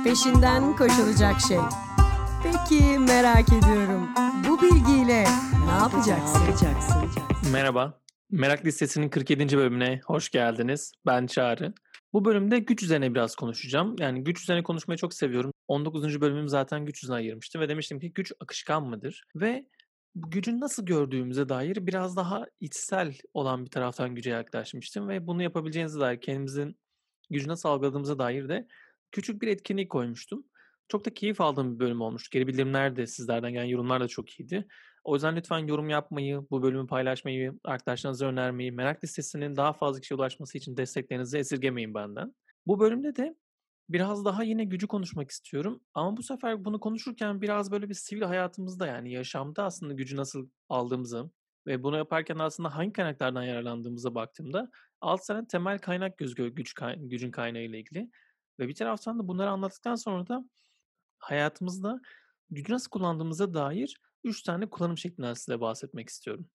peşinden koşulacak şey. Peki merak ediyorum. Bu bilgiyle ne yapacaksın? Merhaba. Merak Listesi'nin 47. bölümüne hoş geldiniz. Ben Çağrı. Bu bölümde güç üzerine biraz konuşacağım. Yani güç üzerine konuşmayı çok seviyorum. 19. bölümümü zaten güç üzerine ayırmıştım ve demiştim ki güç akışkan mıdır? Ve bu gücü nasıl gördüğümüze dair biraz daha içsel olan bir taraftan güce yaklaşmıştım ve bunu yapabileceğinize dair, kendimizin gücü nasıl algıladığımıza dair de küçük bir etkinlik koymuştum. Çok da keyif aldığım bir bölüm olmuştu. Geri bildirimler de, sizlerden gelen yorumlar da çok iyiydi. O yüzden lütfen yorum yapmayı, bu bölümü paylaşmayı, arkadaşlarınıza önermeyi, Merak Listesi'nin daha fazla kişiye ulaşması için desteklerinizi esirgemeyin benden. Bu bölümde de biraz daha yine gücü konuşmak istiyorum ama bu sefer bunu konuşurken biraz böyle bir sivil hayatımızda, yani yaşamda aslında gücü nasıl aldığımızı ve bunu yaparken aslında hangi kaynaklardan yararlandığımıza baktığımda 6 tane temel kaynak gözüküyor gücün kaynağıyla ilgili. Ve bir taraftan da bunları anlattıktan sonra da hayatımızda gücü nasıl kullandığımıza dair 3 tane kullanım şeklinden size bahsetmek istiyorum.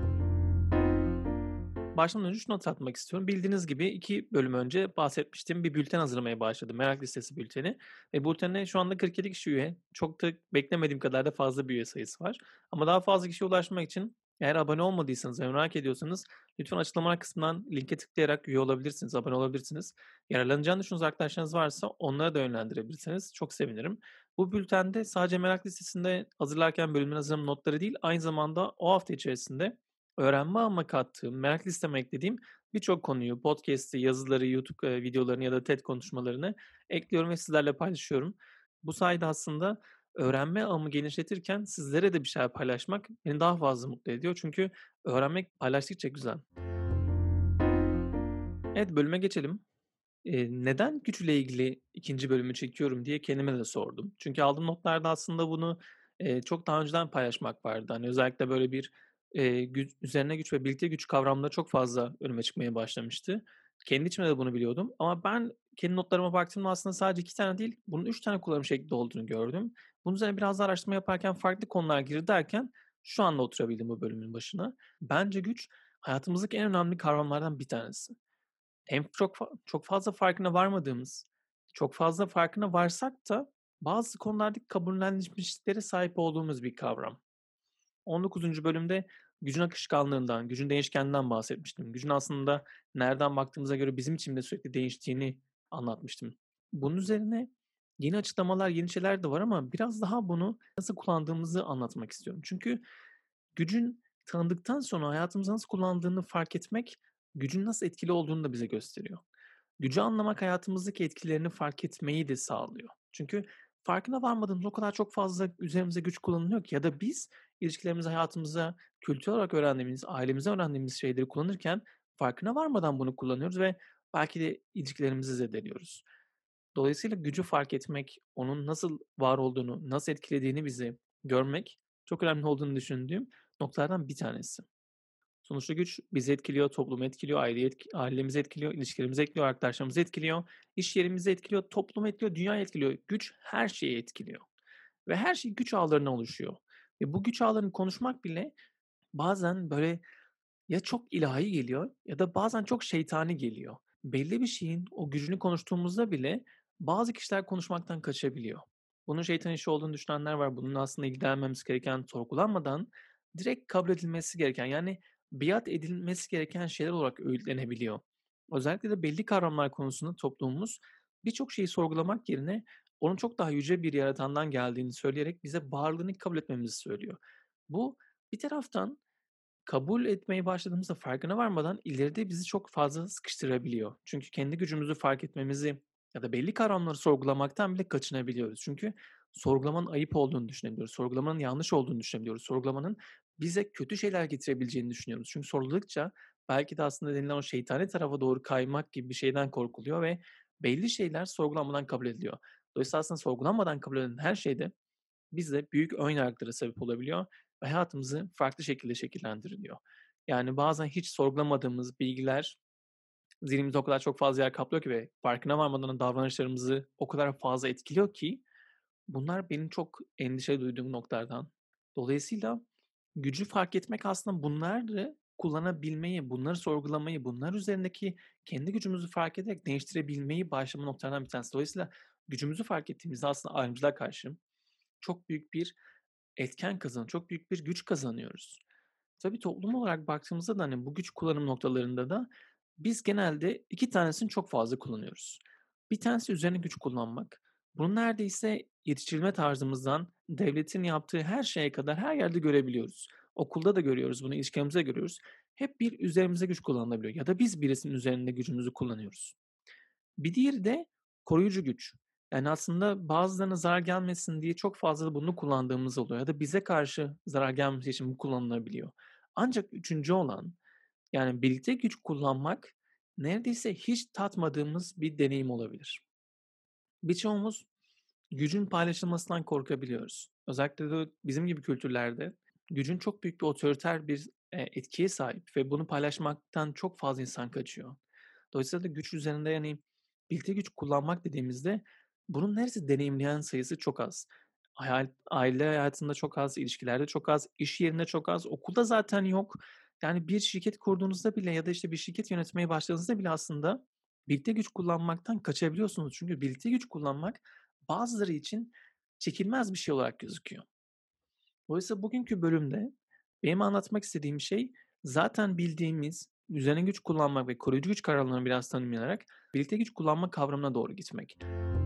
Başlamadan önce şunu hatırlatmak istiyorum. Bildiğiniz gibi 2 bölüm önce bahsetmiştim. Bir bülten hazırlamaya başladım. Merak Listesi bülteni. Ve bültene şu anda 47 kişi üye. Çok da beklemediğim kadar da fazla bir üye sayısı var. Ama daha fazla kişiye ulaşmak için, eğer abone olmadıysanız ve merak ediyorsanız, lütfen açıklamalar kısmından linke tıklayarak üye olabilirsiniz, abone olabilirsiniz. Yararlanacağını düşündüğünüz arkadaşlarınız varsa onlara da yönlendirebilirsiniz. Çok sevinirim. Bu bültende sadece Merak Listesi'nde hazırlarken bölümün hazırlama notları değil, aynı zamanda o hafta içerisinde öğrenme ağıma kattığım, merak listeme eklediğim birçok konuyu, podcast'i, yazıları, YouTube, videolarını ya da TED konuşmalarını ekliyorum ve sizlerle paylaşıyorum. Bu sayede aslında öğrenme ağımı genişletirken sizlere de bir şeyler paylaşmak beni daha fazla mutlu ediyor. Çünkü öğrenmek paylaştıkça güzel. Evet, bölüme geçelim. Neden güçle ilgili ikinci bölümü çekiyorum diye kendime de sordum. Çünkü aldığım notlarda aslında bunu, çok daha önceden paylaşmak vardı. Hani, özellikle böyle bir, üzerine güç ve birlikte güç kavramları çok fazla önüme çıkmaya başlamıştı. Kendi içimde de bunu biliyordum ama ben kendi notlarıma baktığımda aslında sadece 2 tane değil, bunun 3 tane kullanım şekli olduğunu gördüm. Bunun üzerine biraz daha araştırma yaparken farklı konular girdi derken şu anda oturabildim bu bölümün başına. Bence güç hayatımızdaki en önemli kavramlardan bir tanesi. Hem çok fazla farkına varmadığımız, çok fazla farkına varsak da bazı konulardaki kabullenmişliklere sahip olduğumuz bir kavram. 19. bölümde gücün akışkanlığından, gücün değişkenliğinden bahsetmiştim. Gücün aslında nereden baktığımıza göre bizim için de sürekli değiştiğini anlatmıştım. Bunun üzerine yeni açıklamalar, yeni şeyler de var ama biraz daha bunu nasıl kullandığımızı anlatmak istiyorum. Çünkü gücün tanıdıktan sonra hayatımızda nasıl kullandığını fark etmek, gücün nasıl etkili olduğunu da bize gösteriyor. Gücü anlamak hayatımızdaki etkilerini fark etmeyi de sağlıyor. Çünkü farkına varmadığımız o kadar çok fazla üzerimize güç kullanılıyor ki, ya da biz ilişkilerimize, hayatımıza, kültürel olarak öğrendiğimiz, ailemizde öğrendiğimiz şeyleri kullanırken farkına varmadan bunu kullanıyoruz ve belki de ilişkilerimizi zedeliyoruz. Dolayısıyla gücü fark etmek, onun nasıl var olduğunu, nasıl etkilediğini bizi görmek çok önemli olduğunu düşündüğüm noktalardan bir tanesi. Sonuçta güç bizi etkiliyor, toplumu etkiliyor, ailemizi etkiliyor, ilişkilerimizi etkiliyor, arkadaşlarımızı etkiliyor, iş yerimizi etkiliyor, toplumu etkiliyor, dünyayı etkiliyor. Güç her şeyi etkiliyor ve her şey güç ağlarına oluşuyor. Ve bu güç ağlarını konuşmak bile bazen böyle ya çok ilahi geliyor ya da bazen çok şeytani geliyor. Belli bir şeyin o gücünü konuştuğumuzda bile bazı kişiler konuşmaktan kaçabiliyor. Bunun şeytan işi olduğunu düşünenler var. Bunun aslında ilgilenmemiz gereken, sorgulanmadan direkt kabul edilmesi gereken, yani biat edilmesi gereken şeyler olarak öğütlenebiliyor. Özellikle de belli kavramlar konusunda toplumumuz birçok şeyi sorgulamak yerine onun çok daha yüce bir yaratandan geldiğini söyleyerek bize varlığını kabul etmemizi söylüyor. Bu bir taraftan kabul etmeye başladığımızda farkına varmadan ileride bizi çok fazla sıkıştırabiliyor. Çünkü kendi gücümüzü fark etmemizi ya da belli kavramları sorgulamaktan bile kaçınabiliyoruz. Çünkü sorgulamanın ayıp olduğunu düşünebiliyoruz. Sorgulamanın yanlış olduğunu düşünebiliyoruz. Sorgulamanın bize kötü şeyler getirebileceğini düşünüyoruz. Çünkü soruladıkça belki de aslında denilen o şeytani tarafa doğru kaymak gibi bir şeyden korkuluyor ve belli şeyler sorgulanmadan kabul ediliyor. Dolayısıyla aslında sorgulanmadan kabul edilen her şeyde bizde büyük ön yargılara sebep olabiliyor ve hayatımızı farklı şekilde şekillendiriliyor. Yani bazen hiç sorgulamadığımız bilgiler zihnimizde o kadar çok fazla yer kaplıyor ki ve farkına varmadan davranışlarımızı o kadar fazla etkiliyor ki bunlar benim çok endişe duyduğum noktalardan. Dolayısıyla gücü fark etmek aslında bunları kullanabilmeyi, bunları sorgulamayı, bunlar üzerindeki kendi gücümüzü fark ederek değiştirebilmeyi başlama noktalarından bir tanesi. Dolayısıyla gücümüzü fark ettiğimizde aslında ayrımcılığa karşı çok büyük bir etken çok büyük bir güç kazanıyoruz. Tabii toplum olarak baktığımızda da, hani, bu güç kullanım noktalarında da biz genelde 2 tanesini çok fazla kullanıyoruz. Bir tanesi üzerine güç kullanmak. Bunu neredeyse yetiştirilme tarzımızdan devletin yaptığı her şeye kadar her yerde görebiliyoruz. Okulda da görüyoruz bunu, ilişkilerimizde de görüyoruz. Hep bir üzerimize güç kullanılabiliyor ya da biz birisinin üzerinde gücümüzü kullanıyoruz. Bir diğeri de koruyucu güç. Yani, aslında bazılarına zarar gelmesin diye çok fazla bunu kullandığımız oluyor ya da bize karşı zarar gelmesi için bu kullanılabiliyor. Ancak üçüncü olan, yani, birlikte güç kullanmak neredeyse hiç tatmadığımız bir deneyim olabilir. Birçoğumuz gücün paylaşılmasından korkabiliyoruz. Özellikle de bizim gibi kültürlerde gücün çok büyük bir otoriter bir, etkiye sahip ve bunu paylaşmaktan çok fazla insan kaçıyor. Dolayısıyla da güç üzerinde, yani, birlikte güç kullanmak dediğimizde bunun neredeyse deneyimleyen sayısı çok az. Aile hayatında çok az, ilişkilerde çok az, iş yerinde çok az, okulda zaten yok. Yani, bir şirket kurduğunuzda bile ya da, işte, bir şirket yönetmeye başladığınızda bile aslında birlikte güç kullanmaktan kaçabiliyorsunuz. Çünkü birlikte güç kullanmak bazıları için çekilmez bir şey olarak gözüküyor. Dolayısıyla bugünkü bölümde benim anlatmak istediğim şey zaten bildiğimiz, üzerine güç kullanmak ve koruyucu güç kavramlarını biraz tanımlayarak birlikte güç kullanma kavramına doğru gitmek.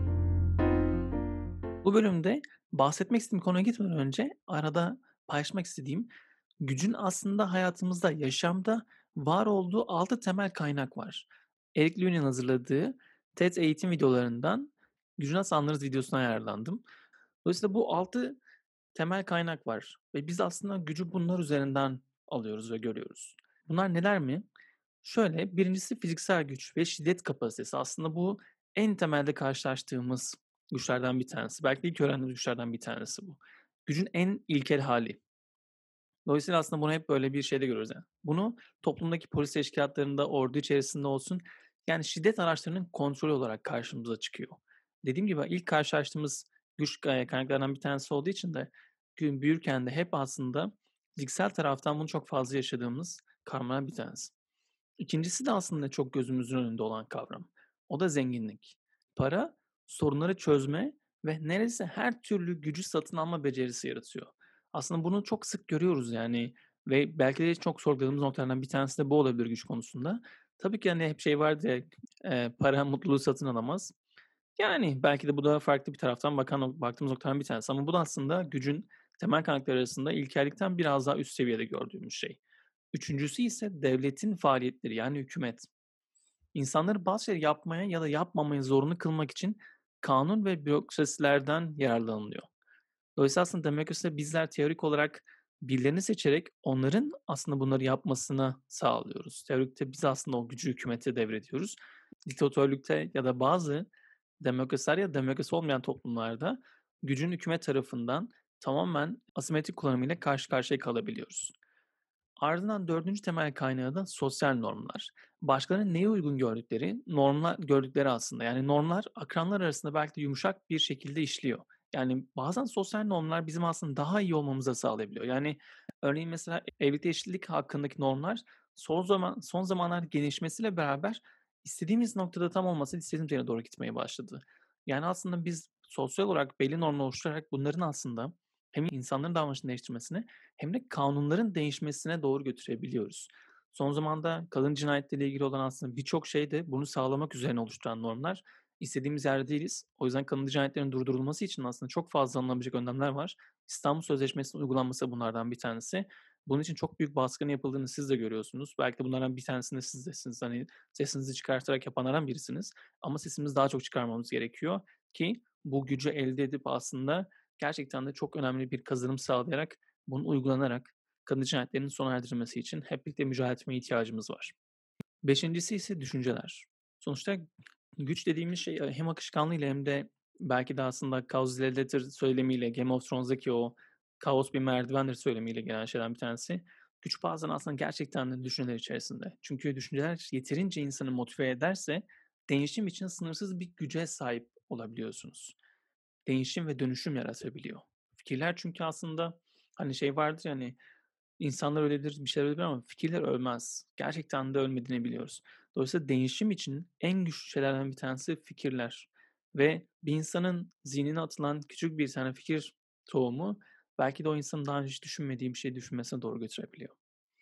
Bu bölümde bahsetmek istediğim konuya gitmeden önce arada paylaşmak istediğim gücün aslında hayatımızda, yaşamda var olduğu 6 temel kaynak var. Eric Lue'nin hazırladığı TED eğitim videolarından "Gücü nasıl anlarız?" videosuna yararlandım. Dolayısıyla bu 6 temel kaynak var ve biz aslında gücü bunlar üzerinden alıyoruz ve görüyoruz. Bunlar neler mi? Şöyle, birincisi fiziksel güç ve şiddet kapasitesi. Aslında bu en temelde karşılaştığımız güçlerden bir tanesi. Belki de ilk öğrendiğimiz güçlerden bir tanesi bu. Gücün en ilkel hali. Dolayısıyla aslında bunu hep böyle bir şeyde görüyoruz yani. Bunu toplumdaki polis teşkilatlarında, ordu içerisinde olsun, yani şiddet araçlarının kontrolü olarak karşımıza çıkıyor. Dediğim gibi ilk karşılaştığımız güç kaynaklarından bir tanesi olduğu için de gün büyürken de hep aslında fiziksel taraftan bunu çok fazla yaşadığımız kavramlardan bir tanesi. İkincisi de aslında çok gözümüzün önünde olan kavram. O da zenginlik. Para, sorunları çözme ve neredeyse her türlü gücü satın alma becerisi yaratıyor. Aslında bunu çok sık görüyoruz yani ve belki de çok sorguladığımız noktalardan bir tanesi de bu olabilir güç konusunda. Tabii ki hani hep şey vardır ya, para mutluluğu satın alamaz. Yani belki de bu da farklı bir taraftan baktığımız noktadan bir tanesi ama bu da aslında gücün temel kaynakları arasında ilkellikten biraz daha üst seviyede gördüğümüz şey. Üçüncüsü ise devletin faaliyetleri, yani hükümet. İnsanları bazı şeyleri yapmaya ya da yapmamaya zorunlu kılmak için kanun ve bürokrasilerden yararlanılıyor. Dolayısıyla aslında demokraside bizler teorik olarak birilerini seçerek onların aslında bunları yapmasını sağlıyoruz. Teorikte biz aslında o gücü hükümete devrediyoruz. Diktatörlükte ya da bazı demokrasiler ya da demokrasi olmayan toplumlarda gücün hükümet tarafından tamamen asimetrik kullanımıyla karşı karşıya kalabiliyoruz. Ardından dördüncü temel kaynağı da sosyal normlar. Başkalarının neye uygun gördükleri aslında. Yani normlar akranlar arasında belki de yumuşak bir şekilde işliyor. Yani bazen sosyal normlar bizim aslında daha iyi olmamıza sağlayabiliyor. Yani örneğin mesela evlilik eşitlik hakkındaki normlar son zamanlarda gelişmesiyle beraber istediğimiz noktada tam olmasa da istediğimiz yere doğru gitmeye başladı. Yani aslında biz sosyal olarak belli normlar oluşturarak bunların aslında hem insanların davranışını değiştirmesine hem de kanunların değişmesine doğru götürebiliyoruz. Son zamanda kadın cinayetleriyle ilgili olan aslında birçok şey de bunu sağlamak üzerine oluşturan normlar. İstediğimiz yerde değiliz. O yüzden kadın cinayetlerinin durdurulması için aslında çok fazla alınabilecek önlemler var. İstanbul Sözleşmesi'nin uygulanması bunlardan bir tanesi. Bunun için çok büyük baskının yapıldığını siz de görüyorsunuz. Belki de bunlardan bir tanesinde siz desiniz. Hani sesinizi çıkartarak yapanlardan birisiniz. Ama sesimizi daha çok çıkarmamız gerekiyor ki bu gücü elde edip aslında gerçekten de çok önemli bir kazanım sağlayarak bunun uygulanarak kadın cinayetlerinin sona erdirilmesi için hep birlikte mücadele etmeye ihtiyacımız var. Beşincisi ise düşünceler. Sonuçta güç dediğimiz şey hem akışkanlığıyla hem de belki de aslında cause and effect söylemiyle, Game of Thrones'daki o kaos bir merdivendir söylemiyle gelen şeylerden bir tanesi. Güç bazen aslında gerçekten de düşünceler içerisinde. Çünkü düşünceler yeterince insanı motive ederse değişim için sınırsız bir güce sahip olabiliyorsunuz. Değişim ve dönüşüm yaratabiliyor. Fikirler çünkü aslında, hani, şey vardır ya, hani, insanlar ölebilir, bir şeyler ölebilir ama fikirler ölmez. Gerçekten de ölmediğini biliyoruz. Dolayısıyla değişim için en güçlü şeylerden bir tanesi fikirler. ve bir insanın zihnine atılan küçük bir tane fikir tohumu belki de o insanın daha önce hiç düşünmediği bir şey düşünmesine doğru götürebiliyor.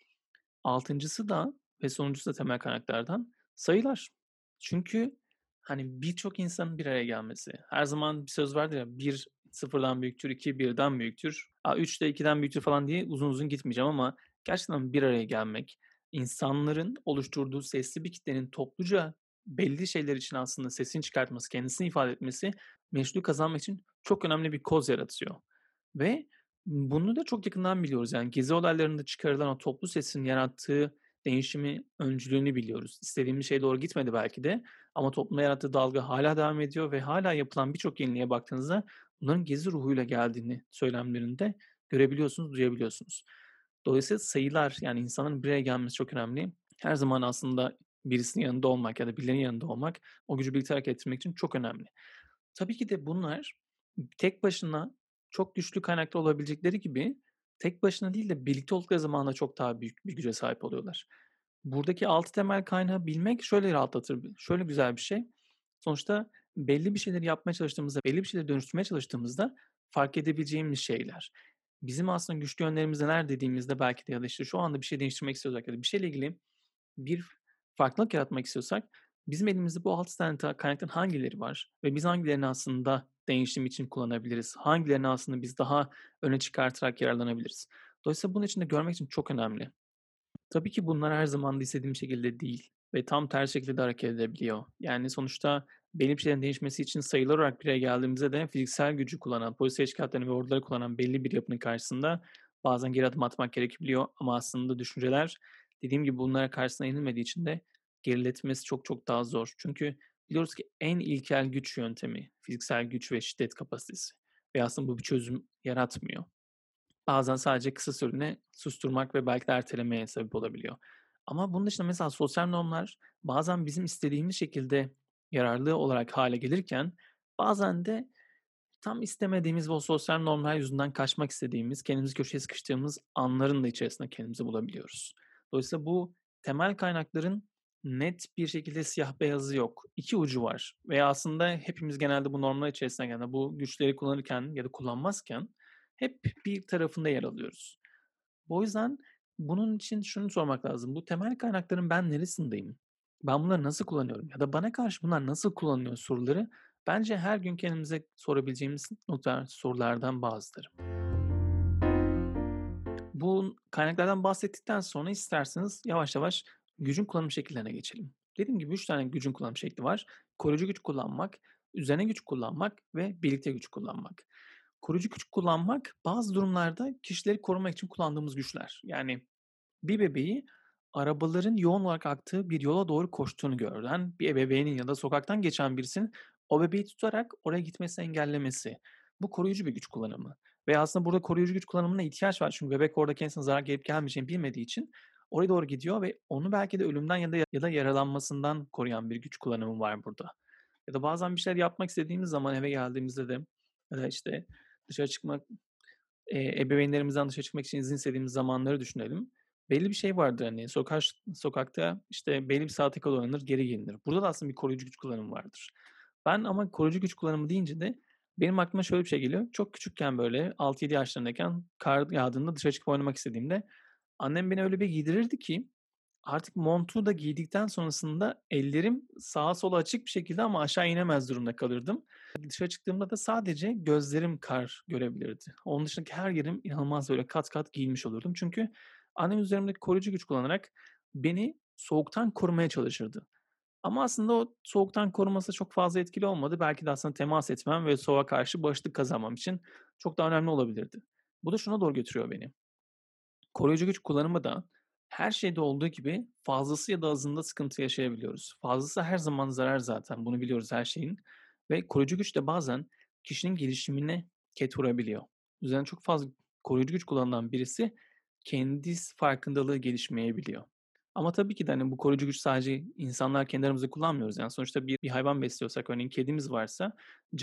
Altıncısı da ve sonuncusu da temel kaynaklardan sayılar. Çünkü, hani, birçok insanın bir araya gelmesi. Her zaman bir söz vardır ya, bir sıfırdan büyüktür, 2 birden büyüktür, 3 de 2'den büyüktür falan diye uzun uzun gitmeyeceğim ama gerçekten bir araya gelmek, insanların oluşturduğu sesli bir kitlenin topluca belli şeyler için aslında sesini çıkartması, kendisini ifade etmesi, meşru kazanmak için çok önemli bir koz yaratıyor ve bunu da çok yakından biliyoruz. Yani gezi olaylarında çıkarılan o toplu sesin yarattığı değişimi, öncülüğünü biliyoruz. İstediğimiz şeye doğru gitmedi belki de ama toplumda yarattığı dalga hâlâ devam ediyor ve hâlâ yapılan birçok yeniliğe baktığınızda bunların gezi ruhuyla geldiğini söylemlerinde görebiliyorsunuz, duyabiliyorsunuz. Dolayısıyla sayılar, yani insanların bir araya gelmesi çok önemli. Her zaman aslında birisinin yanında olmak ya da birilerinin yanında olmak, o gücü birlikte hareket ettirmek için çok önemli. Tabii ki de bunlar tek başına çok güçlü kaynaklı olabilecekleri gibi tek başına değil de birlikte oldukları zaman da çok daha büyük bir güce sahip oluyorlar. Buradaki 6 temel kaynağı bilmek şöyle rahatlatır, şöyle güzel bir şey. Sonuçta belli bir şeyleri yapmaya çalıştığımızda, belli bir şeyleri dönüştürmeye çalıştığımızda fark edebileceğimiz şeyler. Bizim aslında güçlü yönlerimiz neler dediğimizde belki de ya da işte şu anda bir şey değiştirmek istiyorsak ya da bir şeyle ilgili bir farklılık yaratmak istiyorsak bizim elimizde bu 6 tane kaynaktan hangileri var ve biz hangilerini aslında değişim için kullanabiliriz? Hangilerini aslında biz daha öne çıkartarak yararlanabiliriz? Dolayısıyla bunun için de görmek için çok önemli. Tabii ki bunlar her zaman da istediğim şekilde değil ve tam tersi şekilde de hareket edebiliyor. Yani sonuçta belli bir şeylerin değişmesi için sayılar olarak bir araya geldiğimizde de fiziksel gücü kullanan, polis teşkilatlarını ve orduları kullanan belli bir yapının karşısında bazen geri adım atmak gerekebiliyor ama aslında düşünceler dediğim gibi bunlara karşısına yenilmediği için de geriletmesi çok çok daha zor. Çünkü biliyoruz ki en ilkel güç yöntemi fiziksel güç ve şiddet kapasitesi ve aslında bu bir çözüm yaratmıyor. Bazen sadece kısa süreliğine susturmak ve belki de ertelemeye sebep olabiliyor. Ama bunun dışında mesela sosyal normlar bazen bizim istediğimiz şekilde yararlı olarak hâle gelirken bazen de tam istemediğimiz ve o sosyal normlar yüzünden kaçmak istediğimiz, kendimizi köşeye sıkıştığımız anların da içerisinde kendimizi bulabiliyoruz. Dolayısıyla bu temel kaynakların net bir şekilde siyah beyazı yok. 2 ucu var ve aslında hepimiz genelde bu normlar içerisinde yani bu güçleri kullanırken ya da kullanmazken hep bir tarafında yer alıyoruz. O yüzden bunun için şunu sormak lazım. Bu temel kaynakların ben neresindeyim? Ben bunları nasıl kullanıyorum? Ya da bana karşı bunlar nasıl kullanılıyor soruları bence her gün kendimize sorabileceğimiz sorulardan bazıları. Bu kaynaklardan bahsettikten sonra isterseniz yavaş yavaş gücün kullanım şekillerine geçelim. Dediğim gibi 3 tane gücün kullanım şekli var. Koruyucu güç kullanmak, üzerine güç kullanmak ve birlikte güç kullanmak. Koruyucu güç kullanmak bazı durumlarda kişileri korumak için kullandığımız güçler. Yani bir bebeği arabaların yoğun olarak aktığı bir yola doğru koştuğunu gören bir ebeveynin ya da sokaktan geçen birisinin o bebeği tutarak oraya gitmesini engellemesi. Bu koruyucu bir güç kullanımı ve aslında burada koruyucu güç kullanımına ihtiyaç var. Çünkü bebek orada kendisine zarar gelip gelmeyeceğini bilmediği için oraya doğru gidiyor ve onu belki de ölümden ya da yaralanmasından koruyan bir güç kullanımı var burada. Ya da bazen bir şeyler yapmak istediğimiz zaman eve geldiğimizde de ya da, işte, dışarı çıkmak ebeveynlerimizden dışarı çıkmak için izin istediğimiz zamanları düşünelim. Belli bir şey vardır, hani, sokakta, işte, belli bir saate kadar oynanır, geri gelinir. Burada da aslında bir koruyucu güç kullanımı vardır. Ben ama koruyucu güç kullanımı deyince de benim aklıma şöyle bir şey geliyor. Çok küçükken, böyle, 6-7 yaşlarındayken kar yağdığında dışarı çıkıp oynamak istediğimde annem beni öyle bir giydirirdi ki artık montu da giydikten sonrasında ellerim sağa sola açık bir şekilde ama aşağı inemez durumda kalırdım. Dışarı çıktığımda da sadece gözlerim kar görebilirdi. Onun dışındaki her yerim inanılmaz böyle kat kat giyinmiş olurdum. Çünkü annem üzerimdeki koruyucu güç kullanarak beni soğuktan korumaya çalışırdı. Ama aslında o soğuktan koruması çok fazla etkili olmadı. Belki de aslında temas etmem ve soğuğa karşı bağışıklık kazanmam için çok daha önemli olabilirdi. Bu da şuna doğru götürüyor beni. Koruyucu güç kullanımı da her şeyde olduğu gibi fazlası ya da azında sıkıntı yaşayabiliyoruz. Fazlası her zaman zarar zaten, bunu biliyoruz her şeyin ve koruyucu güç de bazen kişinin gelişimine ket vurabiliyor. Üzerine çok fazla koruyucu güç kullanılan birisi kendi farkındalığı gelişmeyebiliyor. Ama tabii ki de, hani, bu koruyucu güç sadece insanlar kendi aramızda kullanmıyoruz. Yani sonuçta bir hayvan besliyorsak, örneğin kedimiz varsa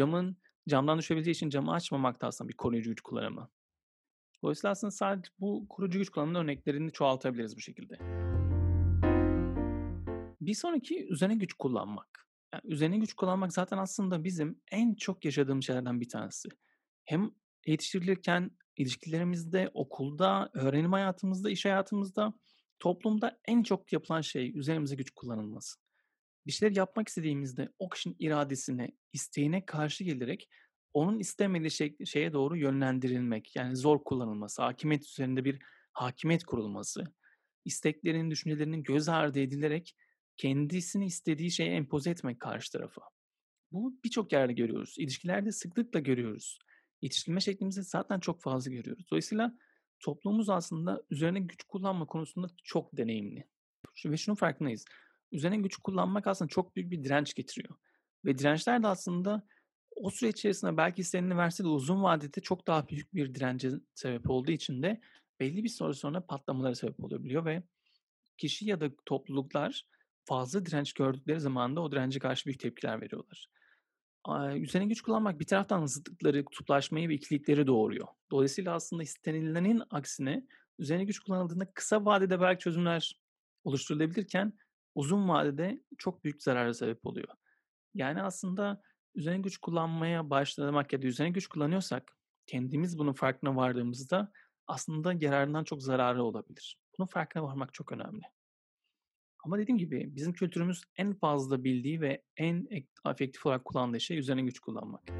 camdan düşebileceği için camı açmamak da aslında bir koruyucu güç kullanımı. Dolayısıyla aslında sadece bu koruyucu güç kullanımının örneklerini çoğaltabiliriz bu şekilde. Bir sonraki üzerine güç kullanmak. Ya, üzerine güç kullanmak zaten aslında bizim en çok yaşadığımız şeylerden bir tanesi. Hem yetiştirilirken, ilişkilerimizde, okulda, öğrenim hayatımızda, iş hayatımızda, toplumda en çok yapılan şey üzerimize güç kullanılması. Bir şeyler yapmak istediğimizde o kişinin iradesine, isteğine karşı gelerek onun istemediği şeye doğru yönlendirilmek, yani zor kullanılması, hakimiyet üzerinde bir hakimiyet kurulması, isteklerinin, düşüncelerinin göz ardı edilerek kendisini istediği şeye empoze etmek karşı tarafa. Bu birçok yerde görüyoruz. İlişkilerde sıklıkla görüyoruz. Yetiştirilme şeklimizde zaten çok fazla görüyoruz. Dolayısıyla toplumumuz aslında üzerine güç kullanma konusunda çok deneyimli. Ve şunun farkındayız. Üzerine güç kullanmak aslında çok büyük bir direnç getiriyor. Ve dirençler de aslında o süre içerisinde belki istediğini verse de uzun vadede çok daha büyük bir dirence sebep olduğu için de belli bir süre sonra patlamalara sebep olabiliyor ve kişi ya da topluluklar fazla direnç gördükleri zaman da o dirence karşı büyük tepkiler veriyorlar. Üzerine güç kullanmak bir taraftan zıtlıkları, kutuplaşmayı ve ikilikleri doğuruyor. Dolayısıyla aslında istenilenin aksine üzerine güç kullanıldığında kısa vadede belki çözümler oluşturulabilirken uzun vadede çok büyük zarara sebep oluyor. Yani aslında üzerine güç kullanmaya başlamak ya da üzerine güç kullanıyorsak kendimiz bunun farkına vardığımızda aslında yararından çok zararı olabilir. Bunun farkına varmak çok önemli. Ama dediğim gibi bizim kültürümüz en fazla bildiği ve en efektif olarak kullandığı şey üzerine güç kullanmak.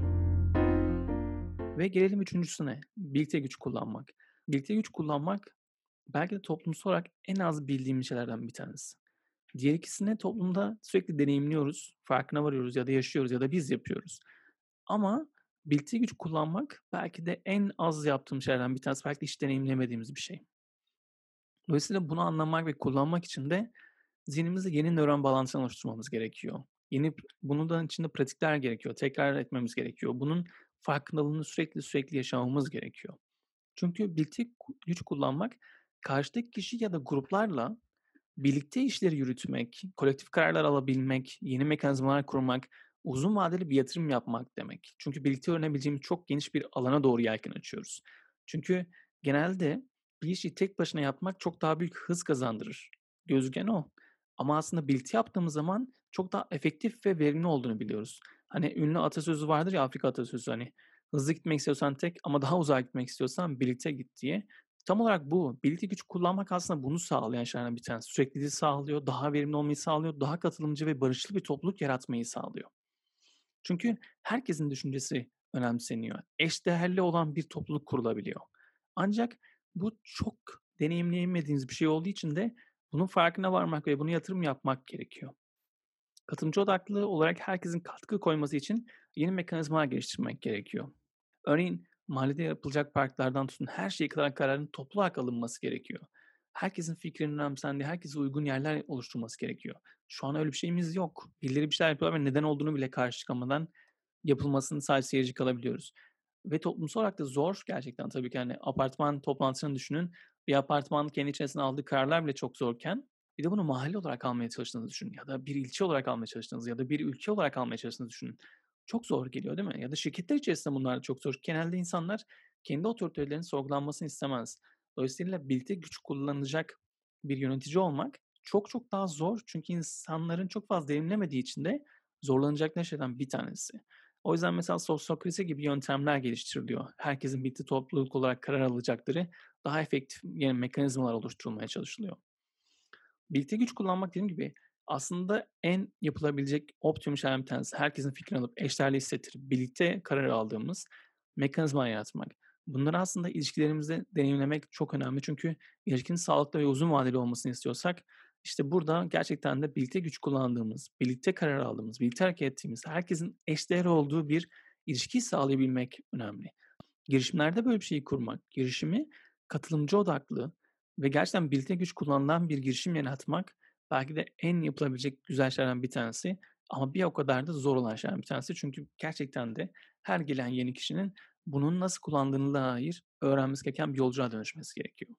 Ve gelelim üçüncüsüne, birlikte güç kullanmak. Birlikte güç kullanmak belki de toplumsal olarak en az bildiğimiz şeylerden bir tanesi. Diğer ikisini toplumda sürekli deneyimliyoruz, farkına varıyoruz ya da yaşıyoruz ya da biz yapıyoruz. Ama birlikte güç kullanmak belki de en az yaptığımız şeylerden bir tanesi, belki de hiç deneyimlemediğimiz bir şey. Dolayısıyla bunu anlamak ve kullanmak için de zihnimizde yeni nöron bağlantısı oluşturmamız gerekiyor. Bunun da içinde pratikler gerekiyor. Tekrar etmemiz gerekiyor. Bunun farkındalığını sürekli yaşamamız gerekiyor. Çünkü birlikte güç kullanmak karşıdaki kişi ya da gruplarla birlikte işleri yürütmek, kolektif kararlar alabilmek, yeni mekanizmalar kurmak, uzun vadeli bir yatırım yapmak demek. Çünkü birlikte öğrenebileceğimiz çok geniş bir alana doğru yelken açıyoruz. Çünkü genelde bir işi tek başına yapmak çok daha büyük hız kazandırır. Gözüken o. Ama aslında birlikte yaptığımız zaman çok daha efektif ve verimli olduğunu biliyoruz. Hani ünlü atasözü vardır ya, Afrika atasözü, hani hızlı gitmek istiyorsan tek ama daha uzağa gitmek istiyorsan birlikte git diye. Tam olarak bu. Birlikte güç kullanmak aslında bunu sağlayan şeylerden bir tanesi. Sürekliliği sağlıyor, daha verimli olmayı sağlıyor, daha katılımcı ve barışçıl bir topluluk yaratmayı sağlıyor. Çünkü herkesin düşüncesi önemseniyor. Eşdeğerli olan bir topluluk kurulabiliyor. Ancak bu çok deneyimleyemediğiniz bir şey olduğu için de bunun farkına varmak ve bunu yatırım yapmak gerekiyor. Katılımcı odaklı olarak herkesin katkı koyması için yeni mekanizmalar geliştirmek gerekiyor. Örneğin mahallede yapılacak parklardan tutun her şeye kadar kararın toplu olarak alınması gerekiyor. Herkesin fikrinin önemsendiği, herkese uygun yerler oluşturulması gerekiyor. Şu an öyle bir şeyimiz yok. Birileri bir şeyler yapıyorlar ve neden olduğunu bile karşı çıkamadan yapılmasını sadece seyirci kalabiliyoruz. Ve toplumsal olarak da zor gerçekten tabii ki. Hani apartman toplantısını düşünün. Bir apartmanın kendi içerisinde aldığı kararlar bile çok zorken bir de bunu mahalle olarak almaya çalıştığınızı düşünün ya da bir ilçe olarak almaya çalıştığınızı ya da bir ülke olarak almaya çalıştığınızı düşünün. Çok zor geliyor, değil mi? Ya da şirketler içerisinde bunlar da çok zor. Genelde insanlar kendi otoritelerinin sorgulanmasını istemez. Dolayısıyla birlikte güç kullanılacak bir yönetici olmak çok daha zor. Çünkü insanların çok fazla deneyimlemediği için de zorlanacakları şeyden bir tanesi. O yüzden mesela sosyokrasi gibi yöntemler geliştiriliyor. Herkesin birlikte topluluk olarak karar alacakları daha efektif yeni mekanizmalar oluşturulmaya çalışılıyor. Birlikte güç kullanmak dediğim gibi aslında en yapılabilecek optimum şeylerden bir tanesi. Herkesin fikrini alıp eşdeğerliği hissettirip birlikte karar aldığımız mekanizma yaratmak. Bunları aslında ilişkilerimizde deneyimlemek çok önemli. Çünkü ilişkinin sağlıklı ve uzun vadeli olmasını istiyorsak işte burada gerçekten de birlikte güç kullandığımız, birlikte karar aldığımız, birlikte hareket ettiğimiz, herkesin eşdeğer olduğu bir ilişkiyi sağlayabilmek önemli. Girişimlerde böyle bir şeyi kurmak, girişimi katılımcı odaklı ve gerçekten birlikte güç kullanılan bir girişim yaratmak belki de en yapılabilecek güzel şeylerden bir tanesi ama bir o kadar da zor olan şeylerden bir tanesi. Çünkü gerçekten de her gelen yeni kişinin bunun nasıl kullandığına dair öğrenmesi gereken bir yolculuğa dönüşmesi gerekiyor.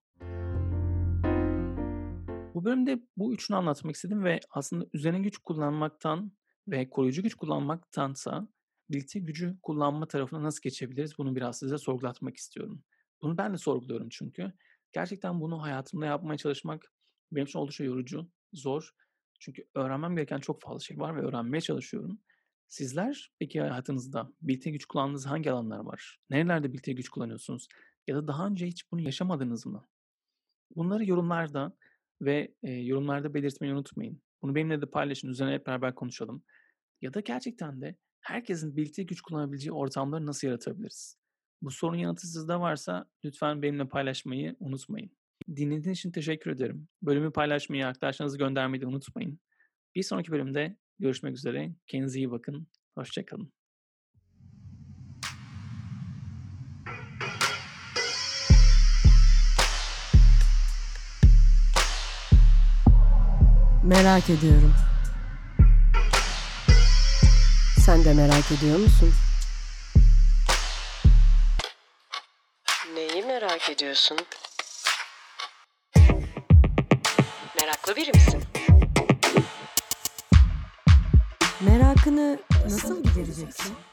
Bu bölümde bu üçünü anlatmak istedim ve aslında üzerine güç kullanmaktan ve koruyucu güç kullanmaktansa birlikte gücü kullanma tarafına nasıl geçebiliriz, bunu biraz size sorgulatmak istiyorum. Bunu ben de sorguluyorum çünkü. Gerçekten bunu hayatımda yapmaya çalışmak benim için oldukça yorucu, zor. Çünkü öğrenmem gereken çok fazla şey var ve öğrenmeye çalışıyorum. Sizler peki hayatınızda birlikte güç kullandığınız hangi alanlar var? Nerelerde birlikte güç kullanıyorsunuz? Ya da daha önce hiç bunu yaşamadınız mı? Bunları yorumlarda yorumlarda belirtmeyi unutmayın. Bunu benimle de paylaşın, üzerine hep beraber konuşalım. Ya da gerçekten de herkesin birlikte güç kullanabileceği ortamları nasıl yaratabiliriz? Bu sorunun yanıtı sizde varsa lütfen benimle paylaşmayı unutmayın. Dinlediğiniz için teşekkür ederim. Bölümü paylaşmayı, arkadaşlarınızı göndermeyi de unutmayın. Bir sonraki bölümde görüşmek üzere. Kendinize iyi bakın. Hoşça kalın. Merak ediyorum. Sen de merak ediyor musun? Neyi merak ediyorsun? Meraklı biri misin? Merakını nasıl gidereceksin?